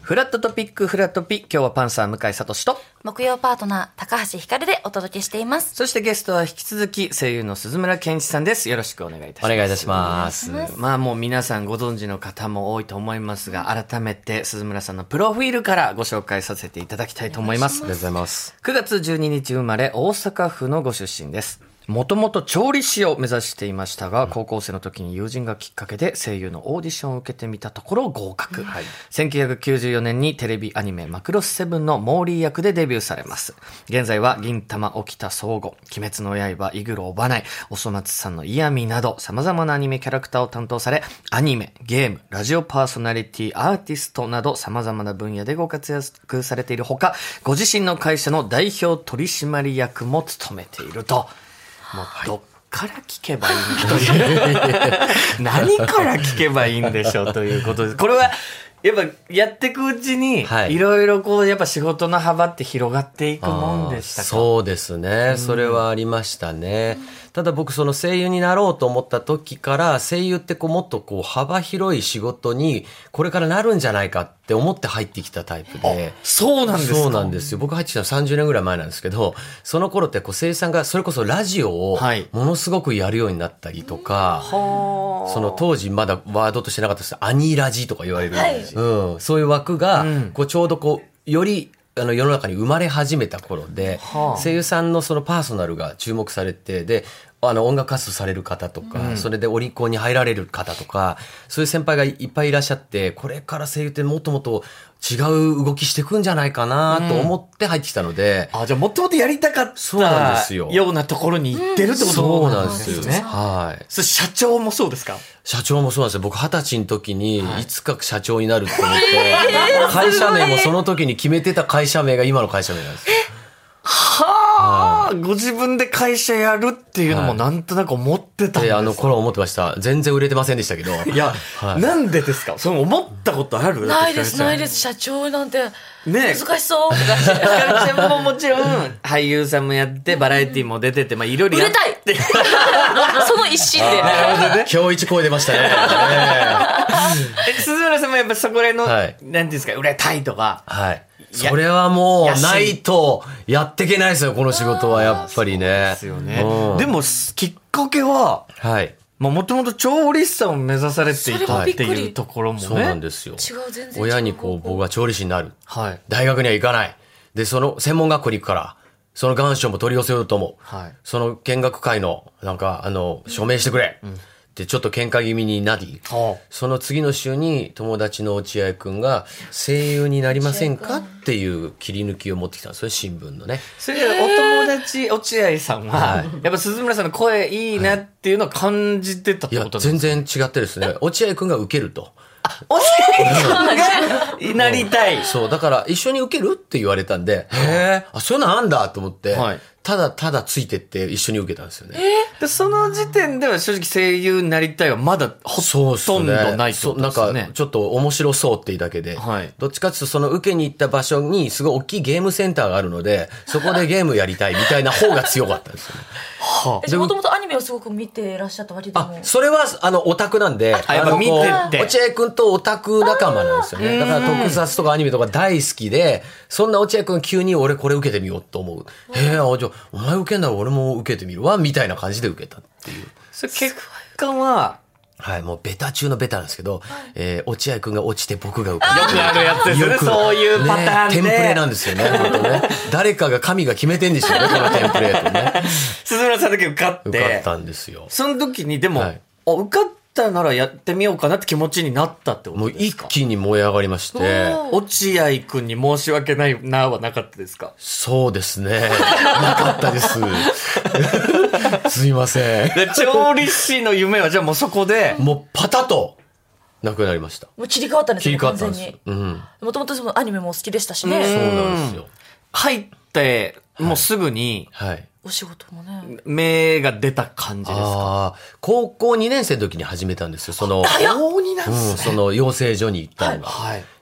フラットトピックフラトピ。今日はパンサー向井聡と木曜パートナー高橋ひかるでお届けしています。 そしてゲストは引き続き声優の鈴村健一さんです。よろしくお願いいたします。 お願いいたします。 まあもう皆さんご存知の方も多いと思いますが、改めて鈴村さんのプロフィールからご紹介させていただきたいと思います。 ありがとうございます。 9月12日生まれ、大阪府のご出身です。もともと調理師を目指していましたが、高校生の時に友人がきっかけで声優のオーディションを受けてみたところ合格。1994年にテレビアニメマクロス7のモーリー役でデビューされます。現在は銀魂沖田総合、鬼滅の刃、イグロオバナイ、おそ松さんのイヤミなど様々なアニメキャラクターを担当され、アニメ、ゲーム、ラジオパーソナリティ、アーティストなど様々な分野でご活躍されているほか、ご自身の会社の代表取締役も務めていると。もうどっから聞けばいいんでしょう何から聞けばいいんでしょうということです。これはやっぱやっていくうちにいろいろこうやっぱ仕事の幅って広がっていくもんでしたか？ そうですね、それはありましたね。ただ僕その声優になろうと思った時から声優ってこうもっとこう幅広い仕事にこれからなるんじゃないかって思って入ってきたタイプで。 そうなんですか？ そうなんですよ。僕入ってきたの30年ぐらい前なんですけど、その頃ってこう声優さんがそれこそラジオをものすごくやるようになったりとか、その当時まだワードとしてなかったですアニラジとか言われる、そういう枠がこうちょうどこうより世の中に生まれ始めた頃で、声優さんのそのパーソナルが注目されて、で音楽活動される方とか、それでオリコンに入られる方とか、そういう先輩がいっぱいいらっしゃって、これから声優ってもっともっと違う動きしていくんじゃないかなと思って入ってきたので、 じゃあもともとやりたかったようなところに行ってるってことなんですね。 そうなんですよ。はい。 それ社長もそうですか？ 社長もそうなんですよ。僕20歳の時にいつか社長になるって思って、会社名もその時に決めてた会社名が今の会社名なんですよ。 はあ、ご自分で会社やるっていうのもなんとなく思ってたんですか？ 頃思ってました。全然売れてませんでしたけど。 いや、なんでですか？その思ったことある？ ないです、ないです。社長なんて難しそう。 ひかるちゃんももちろん俳優さんもやってバラエティも出てて、まあいろいろやって。 売れたいその一心で。 今日一声出ましたね。 鈴村さんもやっぱそこらの、なんていうんですか、売れたいとか。 はい。それはもうないとやっていけないですよ、この仕事はやっぱりね。 ですよね。でもきっかけは、もともと調理師さんを目指されていたっていうところもね。 そうなんですよ。 全然親にこう僕が調理師になる。大学には行かない。で、その専門学校に行くから、その願書も取り寄せようと思う。その見学会のなんか署名してくれ。でちょっと喧嘩気味になり、その次の週に友達の落合くんが声優になりませんかっていう切り抜きを持ってきたんですよ、新聞のね。 それでお友達落合さんは、やっぱ鈴村さんの声いいなっていうのを感じてたってことですか？ いや全然違ってですね、落合くんが受けると。 落合くんがなりたい。 そう、だから一緒に受けるって言われたんで、そういうのあんだと思って、ただただついてって一緒に受けたんですよね。 でその時点では正直声優になりたいはまだほとんどないってことですよね。 なんかちょっと面白そうっていうだけで、どっちかっていうとその受けに行った場所にすごい大きいゲームセンターがあるので、そこでゲームやりたいみたいな方が強かったんですよね。 もともとアニメをすごく見ていらっしゃった割でも。 それはオタクなんで、 見てて落合くんとオタク仲間なんですよね。だから特撮とかアニメとか大好きで、そんな落合くんが急に俺これ受けてみようと思う。じゃあお前受けんなら俺も受けてみるわみたいな感じで受けたっていう。 それ結果はもうベタ中のベタなんですけど、落合くんが落ちて僕が受ける。 よくあるやつですよね、そういうパターンで。 テンプレなんですよね、本当ね。誰かが神が決めてんでしょうね、このテンプレートね。 鈴村さんだけ受かって。 受かったんですよ。 その時にでも、受かったならやってみようかなって気持ちになったってことですか？ もう一気に燃え上がりまして。 落合くんに申し訳ないなはなかったですか？ そうですね。なかったです。すいません。 で調理師の夢はじゃあもうそこでもうパタッとなくなりました。 もう切り替わったんですよ。 切り替わったんですよ。 もともとそのアニメも好きでしたしね。 そうなんですよ。 入ってもうすぐに、 お仕事もね。 芽が出た感じですか？ 高校2年生の時に始めたんですよ。その、 早うになんですね。 その養成所に行ったのが。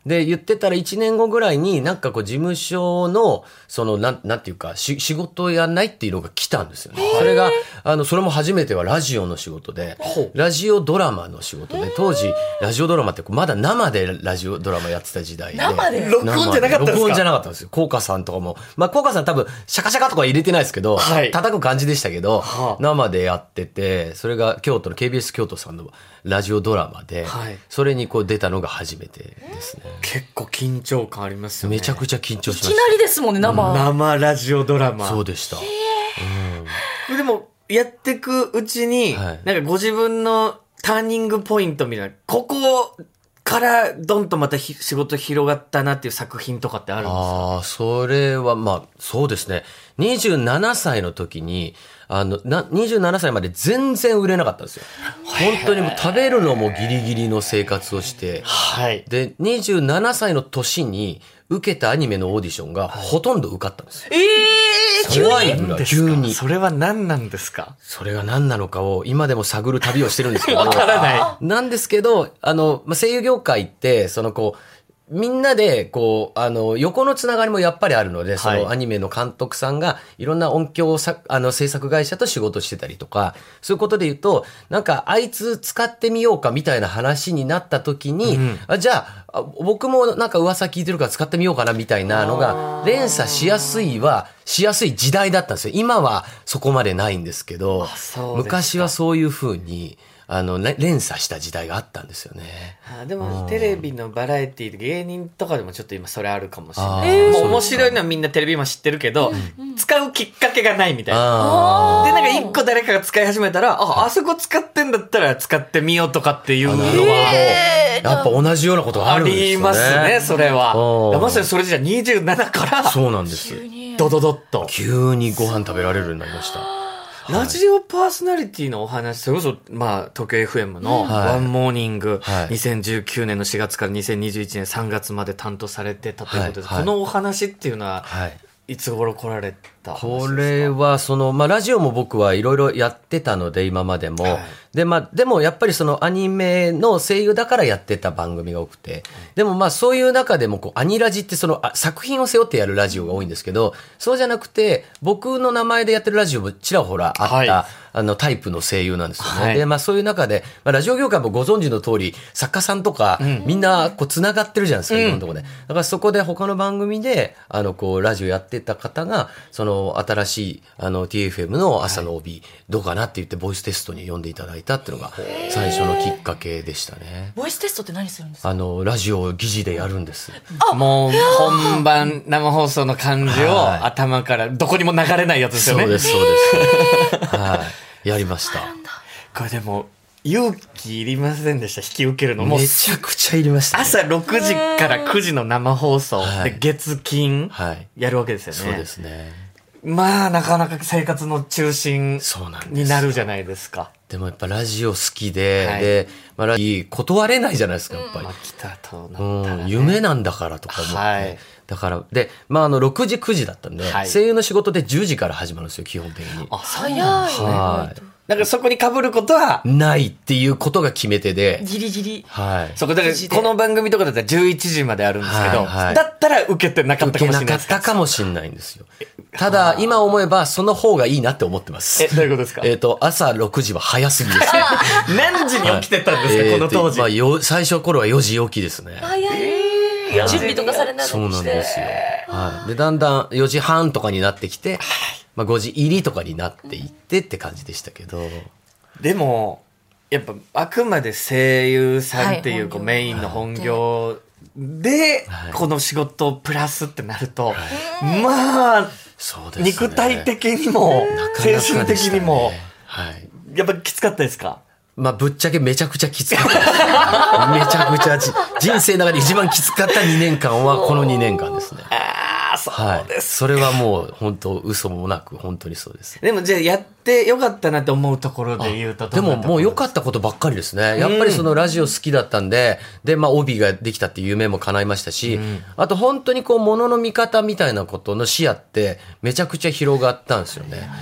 で、言ってたら1年後ぐらいになんかこう事務所の、なんていうか、仕事をやんないっていうのが来たんですよね。それが、それも初めてはラジオの仕事で、ラジオドラマの仕事で、当時、ラジオドラマってまだ生でラジオドラマやってた時代で。 生で録音じゃなかったんですか？ 録音じゃなかったんですよ。コウカさんとかも。まあ、コウカさん多分、シャカシャカとか入れてないですけど、 はい、 叩く感じでしたけど、生でやってて、それが京都の KBS 京都さんのラジオドラマで、それにこう出たのが初めてですね。 結構緊張感ありますよね。 めちゃくちゃ緊張しました。 いきなりですもんね、 生ラジオドラマ。 そうでした。 でも、やってくうちに、なんかご自分のターニングポイントみたいな、ここからどんとまた仕事広がったなっていう作品とかってあるんですか？ ああ、それはまあ、そうですね。27歳の時に、27歳まで全然売れなかったんですよ。本当にもう食べるのもギリギリの生活をして、 はい。 で、27歳の年に受けたアニメのオーディションがほとんど受かったんですよ。怖いぐらい急に。 それは何なんですか？ それが何なのかを今でも探る旅をしてるんですけど。 わからない。 なんですけど、声優業界って、みんなで、横のつながりもやっぱりあるので、そのアニメの監督さんが、いろんな音響制作会社と仕事してたりとか、そういうことで言うと、なんか、あいつ使ってみようかみたいな話になった時に、じゃあ、僕もなんか噂聞いてるから使ってみようかなみたいなのが、連鎖しやすい時代だったんですよ。今はそこまでないんですけど、昔はそういう風に、連鎖した時代があったんですよね。 でも、テレビのバラエティで芸人とかでもちょっと今それあるかもしれない。もう面白いのはみんなテレビ今知ってるけど、使うきっかけがないみたいな。で、なんか一個誰かが使い始めたら、あそこ使ってんだったら使ってみようとかっていうのは、 やっぱ同じようなことがあるんですよね。 ありますね、それは。まさにそれじゃ27から、 そうなんです。 ドドドッと。 急にご飯食べられるようになりました。 ラジオパーソナリティのお話、それこそ、東京 FM のワンモーニング、2019年の4月から2021年3月まで担当されてたということで、このお話っていうのは、いつ頃来られた話ですか？ これは、ラジオも僕はいろいろやってたので、今までも。でもやっぱりアニメの声優だからやってた番組が多くて。でもそういう中でもアニラジって作品を背負ってやるラジオが多いんですけど、そうじゃなくて、僕の名前でやってるラジオもちらほらあった、タイプの声優なんですよね。で、そういう中で、ラジオ業界もご存知の通り、作家さんとか、みんな繋がってるじゃないですか、いろんなところで。だからそこで他の番組で、ラジオやってた方が、新しい、TFM の朝の帯、どうかなって言って、ボイステストに呼んでいただいたっていうのが、最初のきっかけでしたね。 ボイステストって何するんですか？ ラジオを疑似でやるんです。 もう、本番生放送の感じを頭からどこにも流れないやつですよね。 そうです、そうです。はい。やりました。 これでも、勇気いりませんでした？引き受けるのも。 めちゃくちゃいりました、ね。 朝6時から9時の生放送で月金やるわけですよね。 そうですね。 なかなか生活の中心になるじゃないですか。 でもやっぱラジオ好きで、ラジオ断れないじゃないですか、やっぱり。 来たとなったら、ね、 夢なんだからとか思って。だから、で、6時、9時だったんで、声優の仕事で10時から始まるんですよ、基本的に。 早い。 だからそこに被ることはないっていうことが決め手で。 ギリギリ。 そこだからこの番組とかだったら11時まであるんですけど、だったら受けてなかったかもしれない。 受けなかったかもしれないんですよ。ただ、今思えばその方がいいなって思ってます。 どういうことですか？ 朝6時は早すぎです。 何時に起きてたんですか、この当時。 最初頃は4時起きですね。 早い。準備とかされないの？ そうなんですよ。で、だんだん4時半とかになってきて、5時入りとかになっていってって感じでしたけど。 でも、やっぱあくまで声優さんっていう、メインの本業で、この仕事プラスってなると、 そうですね、 肉体的にも、精神的にも、やっぱきつかったですか？ ぶっちゃけめちゃくちゃきつかったです。めちゃくちゃ人生の中で一番きつかった2年間はこの2年間ですね。 そうです。 それはもう本当嘘もなく本当にそうです。 でもじゃあやってよかったなって思うところで言うとでももう良かったことばっかりですね。やっぱりそのラジオ好きだったんで、帯ができたっていう夢も叶いましたし、あと本当に物の見方みたいなことの視野ってめちゃくちゃ広がったんですよね。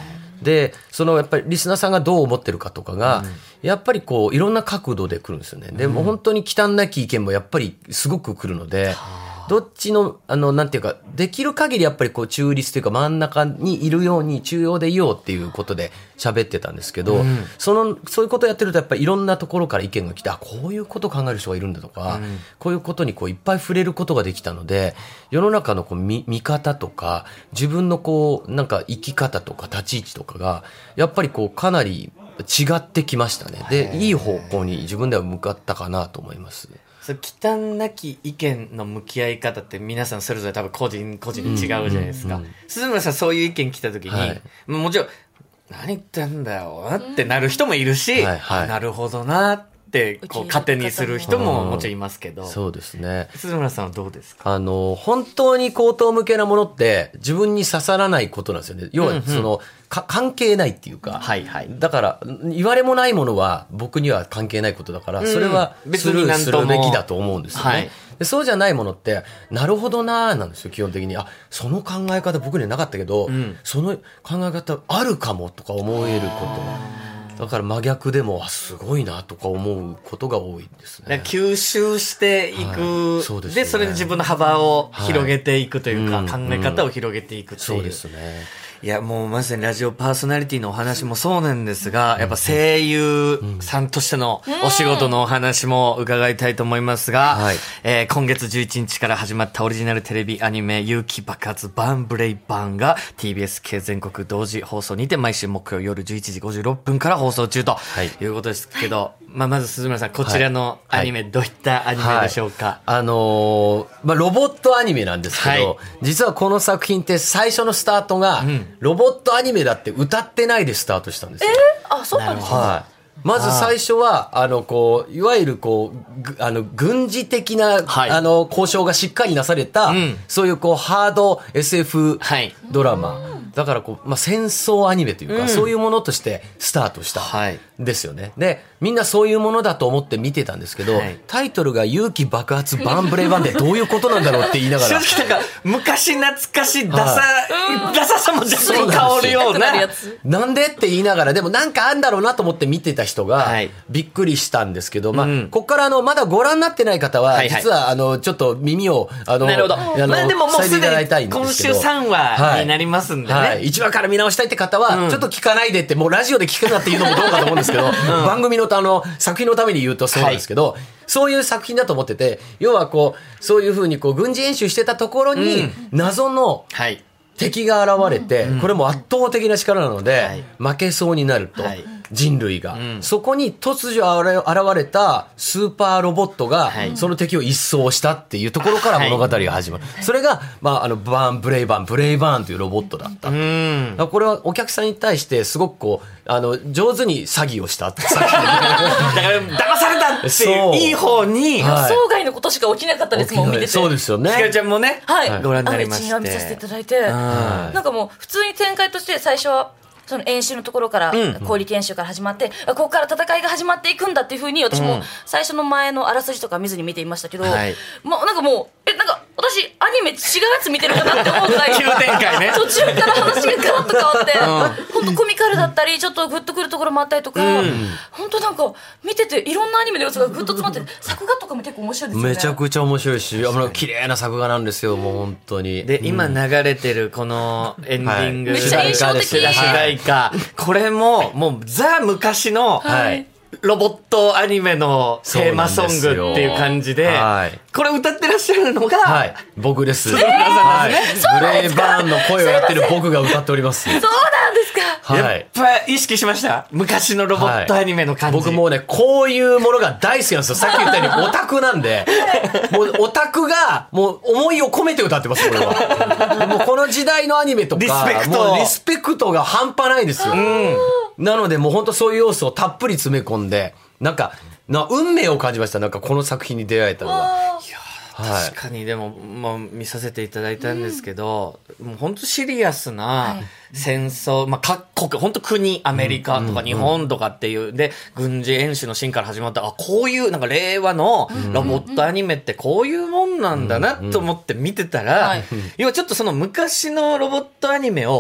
で、やっぱりリスナーさんがどう思ってるかとかが、やっぱりこう、いろんな角度で来るんですよね。で、もう本当に忌憚なき意見もやっぱりすごく来るので、どっちの、なんていうか、できる限りやっぱりこう、中立というか真ん中にいるように、中央でいようっていうことで喋ってたんですけど、そういうことをやってるとやっぱりいろんなところから意見が来て、こういうことを考える人がいるんだとか、こういうことにこう、いっぱい触れることができたので、世の中のこう見方とか、自分のこう、なんか生き方とか立ち位置とかが、やっぱりこう、かなり違ってきましたね。で、いい方向に自分では向かったかなと思います。 忌憚なき意見の向き合い方って皆さんそれぞれ多分個人個人に違うじゃないですか。鈴村さんそういう意見来た時に、もちろん何言ってんだよってなる人もいるし、なるほどなってこう勝手にする人ももちろんいますけど。 そうですね。 鈴村さんはどうですか？ 本当に口頭向けなものって自分に刺さらないことなんですよね。要は関係ないっていうか、だから言われもないものは僕には関係ないことだから、それはスルーするべきだと思うんですよね。でそうじゃないものってなるほどなーなんですよ。基本的にその考え方僕にはなかったけど、その考え方あるかもとか思えることだから真逆でもすごいなとか思うことが多いですね。 吸収していく、でそれで自分の幅を広げていくというか、考え方を広げていくっていう。 そうですね。 いや、もうまさにラジオパーソナリティのお話もそうなんですが、やっぱ声優さんとしてのお仕事のお話も伺いたいと思いますが、今月11日から始まったオリジナルテレビアニメ、勇気爆発バーンブレイバーンが TBS 系全国同時放送にて毎週木曜夜11時56分から放送中ということですけど、まず鈴村さん、こちらのアニメ、どういったアニメでしょうか？ ロボットアニメなんですけど、実はこの作品って最初のスタートが、ロボットアニメだって歌ってないでスタートしたんですよ。 そうなんですか？ まず最初は、いわゆる軍事的な、交渉がしっかりなされた、そういうハード SF ドラマ。だから戦争アニメというか、そういうものとしてスタートしたんですよね。で、みんなそういうものだと思って見てたんですけど、タイトルが勇気爆発バンブレイバンでどういうことなんだろうって言いながら。 正直なんか、昔懐かしいダサさも若干香るような。 なんでって言いながら、でもなんかあんだろうなと思って見てた人が、びっくりしたんですけど、こっからまだご覧になってない方は、実はちょっと耳を、 なるほど。でももうすでに今週3話になりますんでね。 1話から見直したいって方は、ちょっと聞かないでって、もうラジオで聞くなっていうのもどうかと思うんですけど、番組の作品のために言うとそうなんですけど、そういう作品だと思ってて、要はそういうふうに軍事演習してたところに、謎の敵が現れて、これも圧倒的な力なので、負けそうになると。人類が、そこに突如現れたスーパーロボットが、その敵を一掃したっていうところから物語が始まる。それが、バーンブレイバーンというロボットだった。これはお客さんに対してすごく上手に詐欺をしたって。だから騙されたっていういい方に、 予想外のことしか起きなかったですもん、見てて。 そうですよね。 ひかりちゃんもね、ご覧になりまして。 見させていただいて、なんかもう普通に展開として最初はその演習のところから氷研修から始まって、ここから戦いが始まっていくんだっていうふうに私も最初の前のあらすじとか見ずに見ていましたけど、なんかもうなんか私アニメ違うやつ見てるかなって思うぐらい急展開ね、 途中から話がガラッと変わって本当コミカルだったりちょっとグッとくるところもあったりとか、本当なんか見てていろんなアニメの要素がグッと詰まってて、作画とかも結構面白いですよね。 めちゃくちゃ面白いし、綺麗な作画なんですよ、もう本当に。 で、今流れてるここのエンディング、 めっちゃ印象的。 これもうザ昔のロボットアニメのテーマソングっていう感じで、これ歌ってらっしゃるのが僕です。ブレイバーンの声をやってる僕が歌っております。 そうなんですか。 やっぱ意識しました、昔のロボットアニメの感じ。 僕もうね、こういうものが大好きなんですよ。さっき言ったようにオタクなんで、もうオタクがもう思いを込めて歌ってます、これは。もうこの時代のアニメとか、もうリスペクトが半端ないですよ。なのでもう本当そういう要素をたっぷり詰め込んで、なんか運命を感じました。なんかこの作品に出会えたのは。 確かに。でも、見させていただいたんですけど、もう本当シリアスな戦争、各国、本当国、アメリカとか日本とかっていう、で、軍事演習のシーンから始まった、こういうなんか令和のロボットアニメってこういうもんなんだなと思って見てたら、要はちょっとその昔のロボットアニメを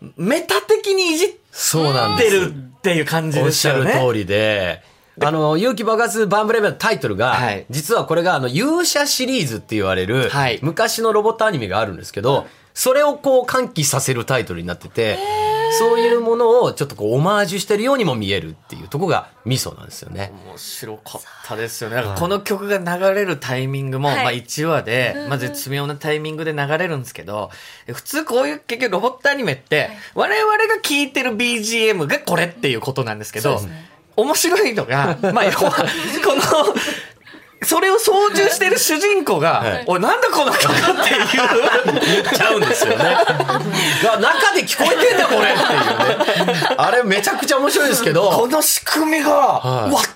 メタ的にいじってるっていう感じですよね。 おっしゃる通りで、勇気爆発バンブレイブのタイトルが、はい、実はこれが勇者シリーズって言われる、はい、昔のロボットアニメがあるんですけど、それをこう喚起させるタイトルになってて、そういうものをちょっとこうオマージュしてるようにも見えるっていうところがミソなんですよね。 面白かったですよね。なんかこの曲が流れるタイミングも、はい、まあ1話で、まあ絶妙なタイミングで流れるんですけど、普通こういう結局ロボットアニメって、我々が聴いてる BGM がこれっていうことなんですけど、面白いのが、まあ要は、この、それを操縦してる主人公が、はい、おい、なんだこの曲って言っちゃうんですよね。 中で聞こえてんだこれっていうね。あれめちゃくちゃ面白いですけど。 この仕組みが、はい、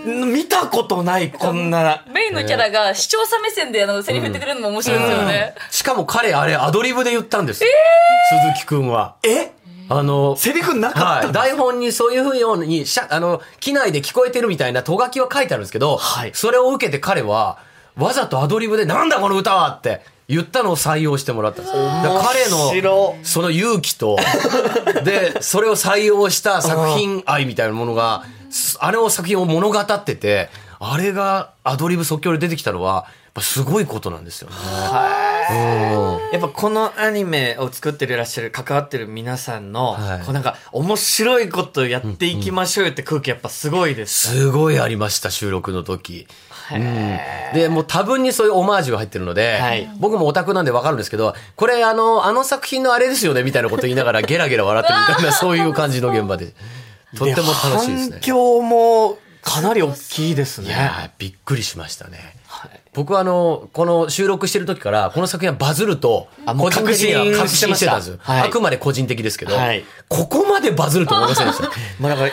見たことない、こんな。 メインのキャラが視聴者目線でセリフ言ってくれるのも面白いですよね。 しかも彼、あれアドリブで言ったんです。鈴木くんは。 セリフなかったんです、 はい、台本にそういうふうに、機内で聞こえてるみたいなとがきは書いてあるんですけど、はい、それを受けて彼は、わざとアドリブで、なんだこの歌はって言ったのを採用してもらったんですよ。彼の、その勇気と、で、それを採用した作品愛みたいなものが、あれを作品を物語ってて、あれがアドリブ即興で出てきたのは、すごいことなんですよね。 やっぱこのアニメを作っていらっしゃる関わってる皆さんの、はい、こうなんか面白いことやっていきましょうよって空気やっぱすごいです、 すごいありました、収録の時。でもう多分にそういうオマージュが入ってるので、はい、僕もオタクなんで分かるんですけど、これあの作品のあれですよねみたいなこと言いながらゲラゲラ笑ってるみたいなそういう感じの現場でとっても楽しいですね。 反響もかなり大きいですね。 いやびっくりしましたね。はい、僕はこの収録してる時からこの作品はバズると個人的には確信してたんです、はい、あくまで個人的ですけど、はい、ここまでバズると思いませんでした。 まあだから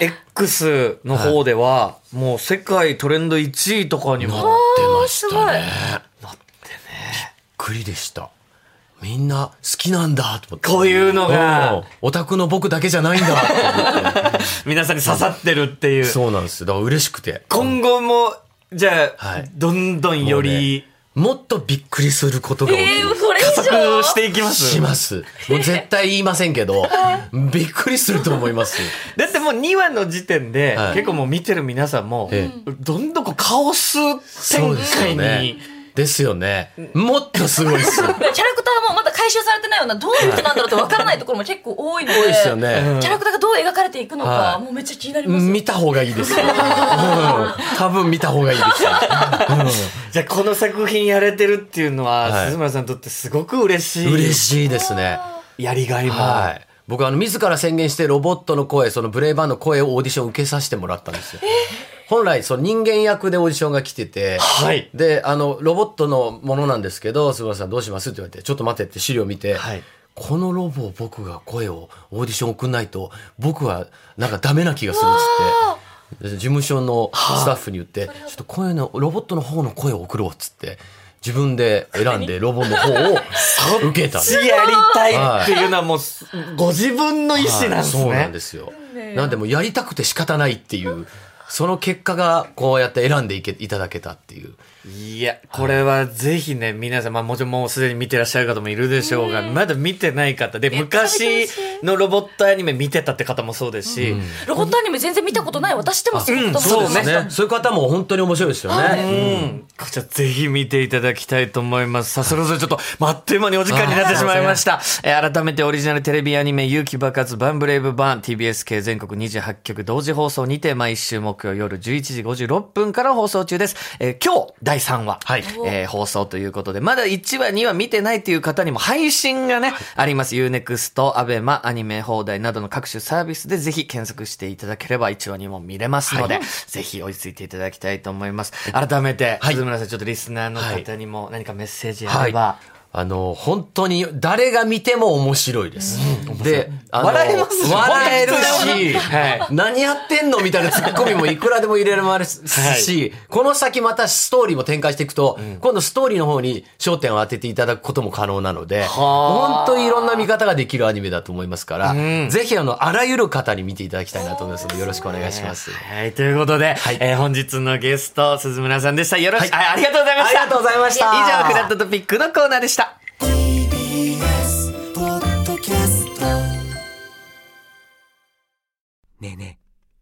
X の方では、はい、もう世界トレンド1位とかにもなってましたね。なってね、びっくりでした。みんな好きなんだと思って、 こういうのがオタクの僕だけじゃないんだと思って皆さんに刺さってるっていう。 そうなんですよ。だから嬉しくて今後もじゃあ、はい、どんどんよりもっとびっくりすることが起きる。 加速していきます。 します。もう絶対言いませんけど、びっくりすると思います。 だってもう2話の時点で、はい、結構もう見てる皆さんも、どんどんカオス展開に。 ですよね。もっとすごいです。 キャラクターもまだ回収されてないような、どういう人なんだろうって分からないところも結構多いので、 多いですよね。 キャラクターがどう描かれていくのか、もうめっちゃ気になります。 見た方がいいですよ。多分見た方がいいですよ。 じゃあこの作品やれてるっていうのは、鈴村さんにとってすごく嬉しい。 嬉しいですね。 やりがいも。 はい。僕自ら宣言してロボットの声、そのブレイバーの声をオーディション受けさせてもらったんですよ。本来その人間役でオーディションが来てて、はい、でロボットのものなんですけど、鈴村さんどうしますって言われて、ちょっと待ってって資料見て、はい、このロボを僕が声をオーディション送んないと僕はなんかダメな気がするっつって、事務所のスタッフに言って、ちょっと声のロボットの方の声を送ろうっつって自分で選んでロボの方を受けたんです。 やりたいっていうのはもうご自分の意思なんですね。 そうなんですよ。なんでもやりたくて仕方ないっていうその結果がこうやって選んでいただけたっていう。 いや、これはぜひね、皆さん、もちろんもうすでに見てらっしゃる方もいるでしょうが、まだ見てない方で、昔のロボットアニメ見てたって方もそうですし、 ロボットアニメ全然見たことない私でもそういうことそうですね。そういう方も本当に面白いですよね。 こちらぜひ見ていただきたいと思います。さあ、そろそろちょっと、あっという間にお時間になってしまいました。改めてオリジナルテレビアニメ、勇気爆発バンブレイブバーン TBS 系全国28局同時放送にて毎週木曜夜11時56分から放送中です。今日、第3話、はい放送ということで、まだ1話2話見てないという方にも配信がね、あります。Unext、アベマ、アニメ放題などの各種サービスでぜひ検索していただければ1話2話も見れますので、ぜひ追いついていただきたいと思います。改めて、鈴村さん、ちょっとリスナーの方にも何かメッセージあれば。 本当に誰が見ても面白いです。で、 笑えます。 笑えるし、何やってんのみたいなツッコミもいくらでも入れられますし、この先またストーリーも展開していくと、今度ストーリーの方に焦点を当てていただくことも可能なので、本当にいろんな見方ができるアニメだと思いますから、ぜひあらゆる方に見ていただきたいなと思いますので、よろしくお願いします。 はい、ということで、本日のゲスト、鈴村さんでした。よろしく、ありがとうございました。 ありがとうございました。 以上、フラットトピックのコーナーでした。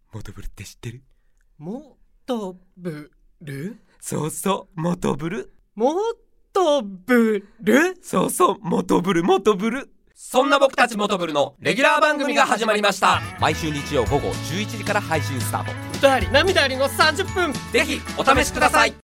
モトブルって知ってる？ モトブル？ そうそう、モトブル。 モトブル？ そうそう、モトブル。 そんな僕たちモトブルのレギュラー番組が始まりました。毎週日曜午後11時から配信スタート。 歌あり涙ありの30分、 ぜひお試しください。